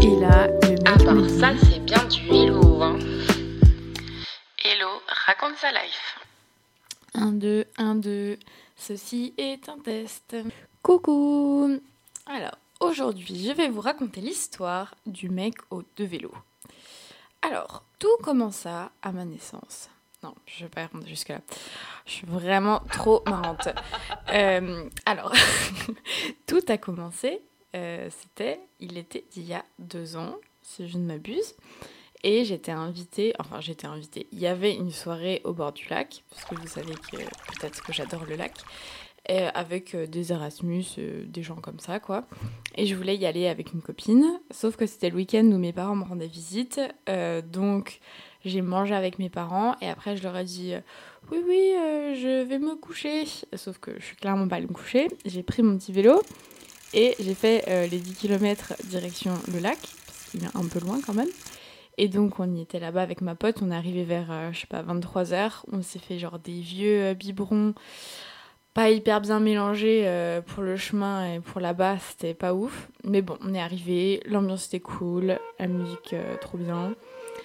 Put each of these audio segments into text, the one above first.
Et là, le mec À part me dit, ça, c'est bien du hello, hein. Hello, raconte sa life. 1, 2, 1, 2, ceci est un test. Coucou. Alors, aujourd'hui, je vais vous raconter l'histoire du mec aux 2 vélos. Alors, tout commença à ma naissance. Non, je vais pas rentrer jusque-là. Je suis vraiment trop marrante. Alors, tout a commencé, il était il y a 2 ans, si je ne m'abuse. Et j'étais invitée, il y avait une soirée au bord du lac, parce que vous savez que peut-être que j'adore le lac, avec des Erasmus, des gens comme ça, quoi. Et je voulais y aller avec une copine, sauf que c'était le week-end où mes parents me rendaient visite, donc j'ai mangé avec mes parents, et après je leur ai dit oui, je vais me coucher, sauf que je suis clairement pas allée me coucher. J'ai pris mon petit vélo, et j'ai fait les 10 km direction le lac, parce qu'il est un peu loin quand même. Et donc, on y était là-bas avec ma pote. On est arrivé vers, 23h. On s'est fait genre des vieux biberons pas hyper bien mélangés pour le chemin et pour là-bas. C'était pas ouf. Mais bon, on est arrivé. L'ambiance était cool. La musique, trop bien.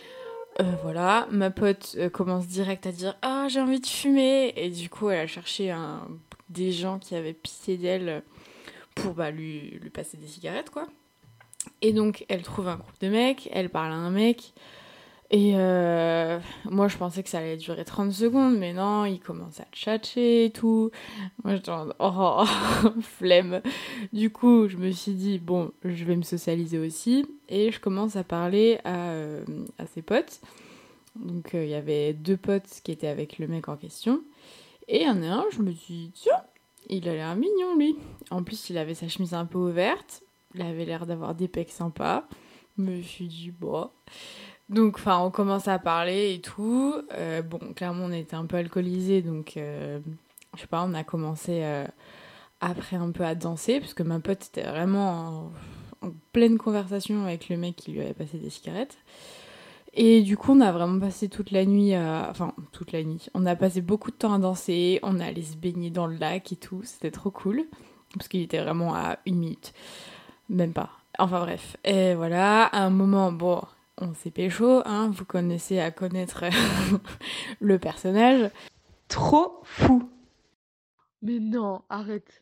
Voilà. Ma pote commence direct à dire « Ah, j'ai envie de fumer !» Et du coup, elle a cherché des gens qui avaient pitié d'elle pour lui passer des cigarettes, quoi. Et donc, elle trouve un groupe de mecs, elle parle à un mec, et moi, je pensais que ça allait durer 30 secondes, mais non, il commence à tchatcher et tout. Moi, j'étais en oh, flemme. Du coup, je me suis dit, bon, je vais me socialiser aussi, et je commence à parler à ses potes. Donc, il y avait 2 potes qui étaient avec le mec en question, et il y en a un, je me suis dit, tiens, il a l'air mignon, lui. En plus, il avait sa chemise un peu ouverte. Il avait l'air d'avoir des pecs sympas. Je me suis dit, bon. Donc, on commence à parler et tout. Bon, clairement, on était un peu alcoolisés. Donc, je sais pas, on a commencé après un peu à danser. Parce que ma pote était vraiment en pleine conversation avec le mec qui lui avait passé des cigarettes. Et du coup, on a vraiment passé toute la nuit. Toute la nuit. On a passé beaucoup de temps à danser. On allait se baigner dans le lac et tout. C'était trop cool. Parce qu'il était vraiment à 1 minute. Même pas. Enfin bref. Et voilà, à un moment, bon, on s'est pécho, hein, vous connaissez à connaître le personnage. Trop fou. Mais non, arrête.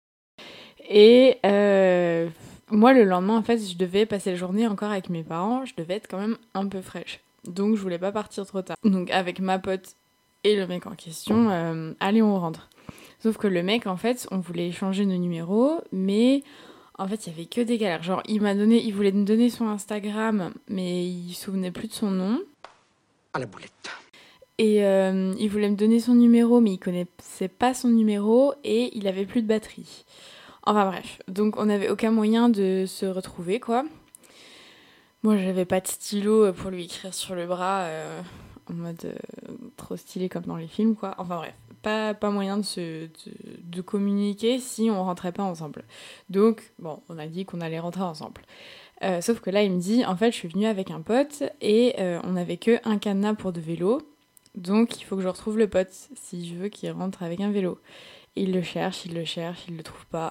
Et moi, le lendemain, en fait, je devais passer la journée encore avec mes parents. Je devais être quand même un peu fraîche. Donc, je voulais pas partir trop tard. Donc, avec ma pote et le mec en question, allez, on rentre. Sauf que le mec, en fait, on voulait échanger nos numéros, mais... En fait, il y avait que des galères. Genre, il voulait me donner son Instagram, mais il se souvenait plus de son nom. À la boulette. Et il voulait me donner son numéro, mais il connaissait pas son numéro et il avait plus de batterie. Enfin bref, donc on n'avait aucun moyen de se retrouver, quoi. Moi, j'avais pas de stylo pour lui écrire sur le bras, en mode trop stylé comme dans les films, quoi. Enfin bref. Pas moyen de communiquer si on rentrait pas ensemble. Donc, bon, on a dit qu'on allait rentrer ensemble. Sauf que là, il me dit, en fait, je suis venue avec un pote et on n'avait que un cadenas pour 2 vélos. Donc, il faut que je retrouve le pote si je veux qu'il rentre avec un vélo. Et il le cherche, il le trouve pas.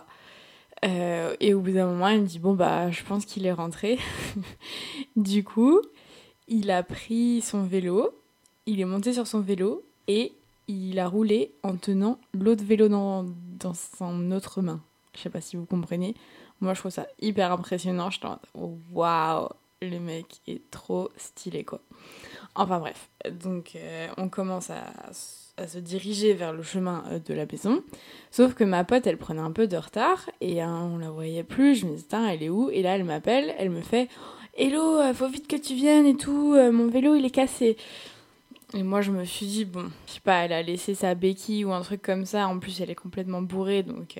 Et au bout d'un moment, il me dit, bon, bah, je pense qu'il est rentré. Du coup, il a pris son vélo, il est monté sur son vélo et il a roulé en tenant l'autre vélo dans son autre main. Je sais pas si vous comprenez. Moi, je trouve ça hyper impressionnant. Je t'en waouh, le mec est trop stylé, quoi. Enfin bref, donc on commence à se diriger vers le chemin de la maison. Sauf que ma pote, elle prenait un peu de retard et on la voyait plus. Je me disais, elle est où? Et là, elle m'appelle, elle me fait « Hello, faut vite que tu viennes et tout, mon vélo, il est cassé. » Et moi, je me suis dit, bon, je sais pas, elle a laissé sa béquille ou un truc comme ça. En plus, elle est complètement bourrée, donc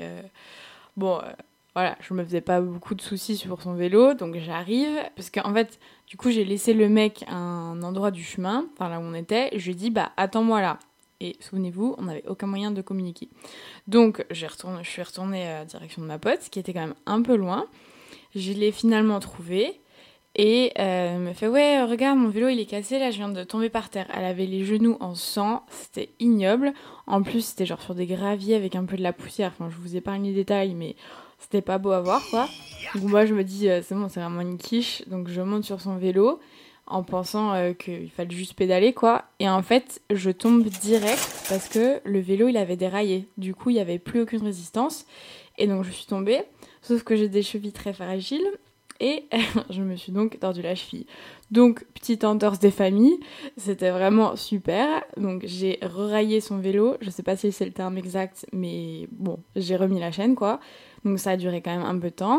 voilà, je me faisais pas beaucoup de soucis sur son vélo, donc j'arrive. Parce qu'en fait, du coup, j'ai laissé le mec à un endroit du chemin, enfin là où on était, et je lui ai dit, bah, attends-moi là. Et souvenez-vous, on n'avait aucun moyen de communiquer. Donc, je suis retournée à la direction de ma pote, qui était quand même un peu loin. Je l'ai finalement trouvé. Et elle me fait « Ouais, regarde, mon vélo, il est cassé, là, je viens de tomber par terre. » Elle avait les genoux en sang, c'était ignoble. En plus, c'était genre sur des graviers avec un peu de la poussière. Enfin, je vous épargne les détails, mais c'était pas beau à voir, quoi. Donc moi, je me dis, c'est bon, c'est vraiment une quiche. Donc je monte sur son vélo en pensant qu'il fallait juste pédaler, quoi. Et en fait, je tombe direct parce que le vélo, il avait déraillé. Du coup, il n'y avait plus aucune résistance. Et donc, je suis tombée. Sauf que j'ai des chevilles très fragiles. Et je me suis donc tordu la cheville. Donc, petite entorse des familles. C'était vraiment super. Donc, j'ai reraillé son vélo. Je sais pas si c'est le terme exact, mais bon, j'ai remis la chaîne, quoi. Donc, ça a duré quand même un peu de temps.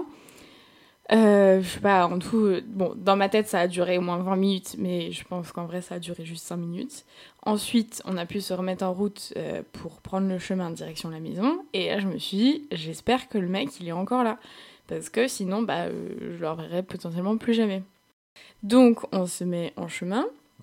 Je sais pas, en tout, bon, dans ma tête, ça a duré au moins 20 minutes, mais je pense qu'en vrai, ça a duré juste 5 minutes. Ensuite, on a pu se remettre en route pour prendre le chemin en direction de la maison. Et là, je me suis dit, j'espère que le mec, il est encore là. Parce que sinon, je le reverrai potentiellement plus jamais. Donc, on se met en chemin.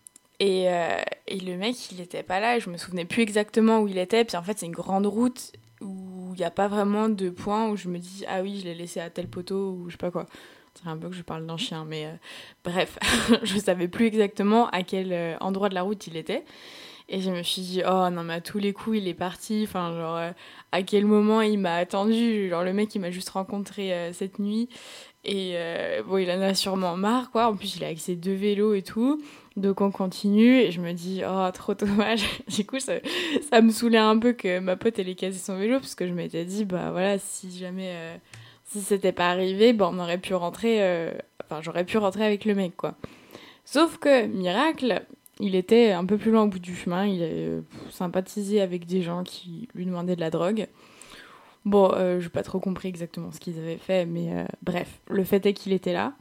Et le mec, il était pas là. Et je me souvenais plus exactement où il était. Puis en fait, c'est une grande route où il n'y a pas vraiment de point où je me dis ah oui, je l'ai laissé à tel poteau ou je sais pas quoi. C'est un peu que je parle d'un chien, mais bref, je savais plus exactement à quel endroit de la route il était. Et je me suis dit oh non, mais à tous les coups il est parti. Enfin genre à quel moment il m'a attendu. Genre le mec il m'a juste rencontré cette nuit. Et bon, il en a sûrement marre, quoi. En plus, il a avec ses 2 vélos et tout. Donc, on continue. Et je me dis, oh, trop dommage. Du coup, ça me saoulait un peu que ma pote, elle ait cassé son vélo. Parce que je m'étais dit, bah voilà, si jamais... si c'était pas arrivé, on aurait pu rentrer... Enfin, j'aurais pu rentrer avec le mec, quoi. Sauf que, miracle, il était un peu plus loin au bout du chemin. Il a sympathisé avec des gens qui lui demandaient de la drogue. Bon, j'ai pas trop compris exactement ce qu'ils avaient fait, mais bref, le fait est qu'il était là.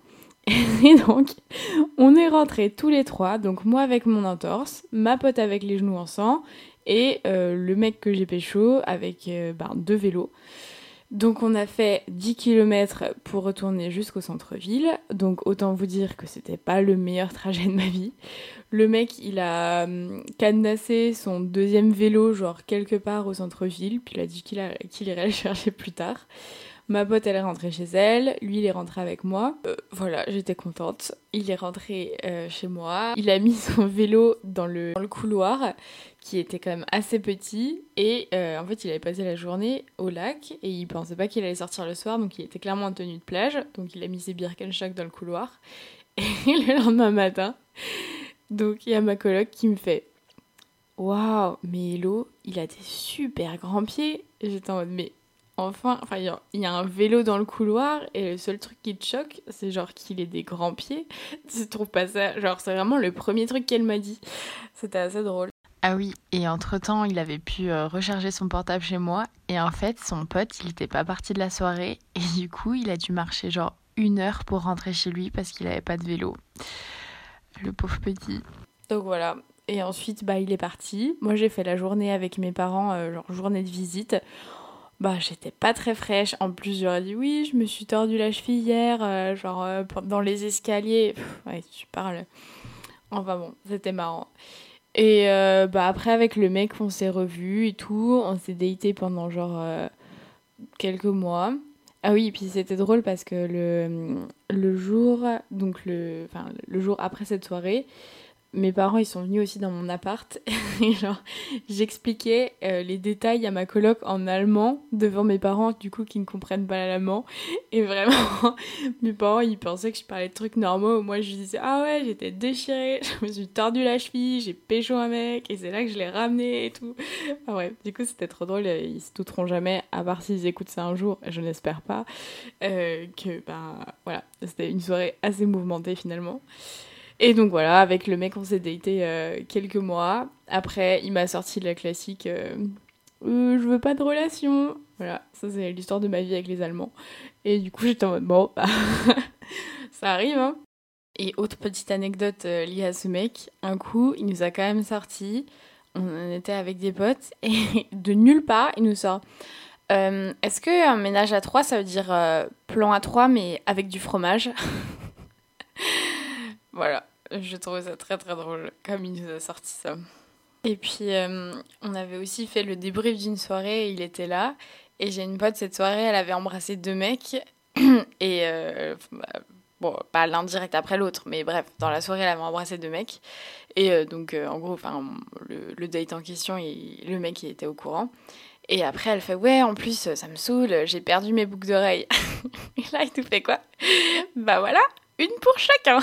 Et donc, on est rentrés tous les 3, donc moi avec mon entorse, ma pote avec les genoux en sang, et le mec que j'ai pécho avec 2 vélos. Donc on a fait 10 km pour retourner jusqu'au centre-ville, donc autant vous dire que c'était pas le meilleur trajet de ma vie. Le mec, il a cadenassé son 2e vélo, genre quelque part au centre-ville, puis il a dit qu'il irait le chercher plus tard. Ma pote, elle est rentrée chez elle, lui, il est rentré avec moi. Voilà, j'étais contente. Il est rentré chez moi. Il a mis son vélo dans le couloir, qui était quand même assez petit. Et en fait, il avait passé la journée au lac et il pensait pas qu'il allait sortir le soir, donc il était clairement en tenue de plage. Donc il a mis ses Birkenstock dans le couloir. Et le lendemain matin, donc il y a ma coloc qui me fait « Waouh, mais Hello, il a des super grands pieds !» Et j'étais en mode « Mais enfin, il y a un vélo dans le couloir et le seul truc qui te choque, c'est genre qu'il ait des grands pieds. » Tu trouves pas ça? Genre, c'est vraiment le premier truc qu'elle m'a dit. C'était assez drôle. Ah oui, et entre-temps, il avait pu recharger son portable chez moi. Et en fait, son pote, il était pas parti de la soirée. Et du coup, il a dû marcher genre 1 heure pour rentrer chez lui parce qu'il avait pas de vélo. Le pauvre petit. Donc voilà. Et ensuite, il est parti. Moi, j'ai fait la journée avec mes parents, genre journée de visite. J'étais pas très fraîche. En plus, j'aurais dit oui, je me suis tordu la cheville hier, dans les escaliers. Ouais, tu parles. Enfin bon, c'était marrant. Et après, avec le mec, on s'est revus et tout. On s'est daté pendant quelques mois. Ah oui, et puis c'était drôle parce que le jour, le jour après cette soirée, mes parents, ils sont venus aussi dans mon appart. Et j'expliquais les détails à ma coloc en allemand devant mes parents, du coup, qui ne comprennent pas l'allemand. Et vraiment, mes parents, ils pensaient que je parlais de trucs normaux. Moi, je disais, ah ouais, j'étais déchirée, je me suis tordu la cheville, j'ai pécho un mec, et c'est là que je l'ai ramené et tout. Ah ouais, du coup, c'était trop drôle. Ils se douteront jamais, à part s'ils écoutent ça un jour, je n'espère pas, voilà, c'était une soirée assez mouvementée finalement. Et donc voilà, avec le mec, on s'est daté quelques mois. Après, il m'a sorti de la classique je veux pas de relation. Voilà, ça c'est l'histoire de ma vie avec les Allemands. Et du coup, j'étais en mode bon, ça arrive, hein. Et autre petite anecdote liée à ce mec, un coup, il nous a quand même sorti. On était avec des potes et de nulle part, il nous sort est-ce qu'un ménage à 3, ça veut dire plan à 3, mais avec du fromage? Voilà, je trouvais ça très très drôle, comme il nous a sorti ça. Et puis, on avait aussi fait le débrief d'une soirée, il était là. Et j'ai une pote, cette soirée, elle avait embrassé 2 mecs. Et, pas l'un direct après l'autre, mais bref, dans la soirée, elle avait embrassé 2 mecs. Et donc, en gros, le date en question, le mec, il était au courant. Et après, elle fait ouais, en plus, ça me saoule, j'ai perdu mes boucles d'oreilles. Et là, il nous fait quoi? Bah voilà, une pour chacun.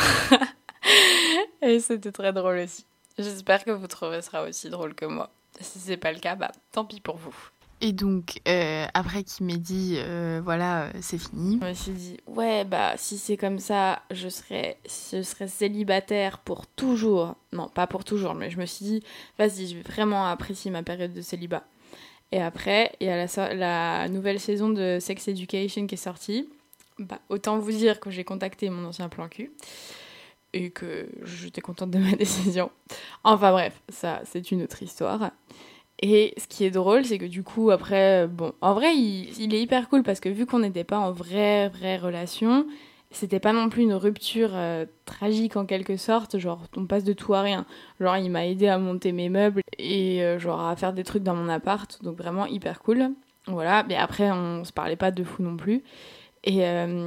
Et c'était très drôle aussi. J'espère que vous trouverez ça aussi drôle que moi. Si c'est pas le cas, bah tant pis pour vous. Et donc, après qu'il m'ait dit, voilà, c'est fini. Je me suis dit, ouais, bah si c'est comme ça, je serai célibataire pour toujours. Non, pas pour toujours, mais je me suis dit, vas-y, je vais vraiment apprécier ma période de célibat. Et après, il y a la nouvelle saison de Sex Education qui est sortie. Bah, autant vous dire que j'ai contacté mon ancien plan cul et que j'étais contente de ma décision. Enfin bref, ça, c'est une autre histoire. Et ce qui est drôle, c'est que du coup, après, bon, en vrai, il est hyper cool parce que vu qu'on n'était pas en vraie relation, c'était pas non plus une rupture tragique en quelque sorte, genre on passe de tout à rien. Genre il m'a aidé à monter mes meubles et genre à faire des trucs dans mon appart, donc vraiment hyper cool. Voilà, mais après on se parlait pas de fou non plus. Et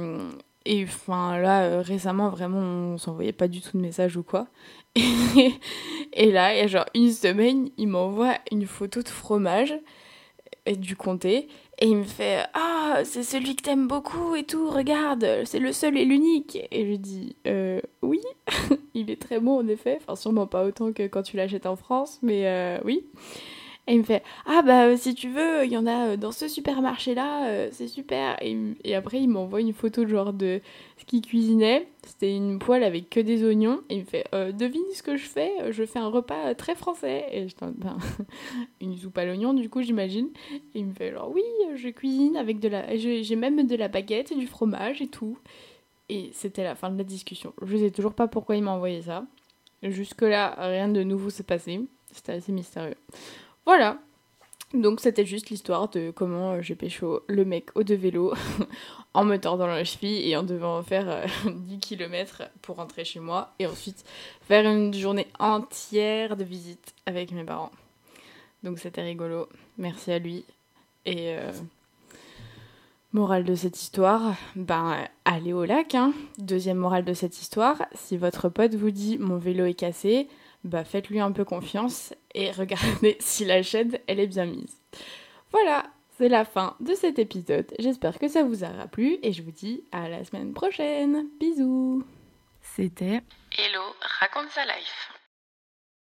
enfin là, récemment vraiment on s'envoyait pas du tout de messages ou quoi. Et là, il y a genre une semaine, il m'envoie une photo de fromage et du comté. Et il me fait « Ah, c'est celui que t'aimes beaucoup et tout, regarde, c'est le seul et l'unique !» Et je dis « Oui, il est très bon en effet, enfin sûrement pas autant que quand tu l'achètes en France, mais oui. » Et il me fait « Ah bah si tu veux, il y en a dans ce supermarché-là, c'est super !» Et après, il m'envoie une photo genre de ce qu'il cuisinait. C'était une poêle avec que des oignons. Et il me fait « Devine ce que je fais un repas très français. » Et je dis ben, une soupe à l'oignon du coup, j'imagine. Et il me fait genre « Oui, je cuisine avec j'ai même de la baguette et du fromage et tout. » Et c'était la fin de la discussion. Je sais toujours pas pourquoi il m'a envoyé ça. Jusque-là, rien de nouveau s'est passé. C'était assez mystérieux. Voilà, donc c'était juste l'histoire de comment j'ai pécho le mec au de vélo en me tordant la cheville et en devant faire 10 km pour rentrer chez moi et ensuite faire une journée entière de visite avec mes parents. Donc c'était rigolo, merci à lui. Et morale de cette histoire, ben allez au lac, hein. Deuxième morale de cette histoire, si votre pote vous dit mon vélo est cassé, bah faites-lui un peu confiance et regardez si la chaîne elle est bien mise. Voilà, c'est la fin de cet épisode. J'espère que ça vous aura plu et je vous dis à la semaine prochaine. Bisous. C'était Hello, raconte sa life.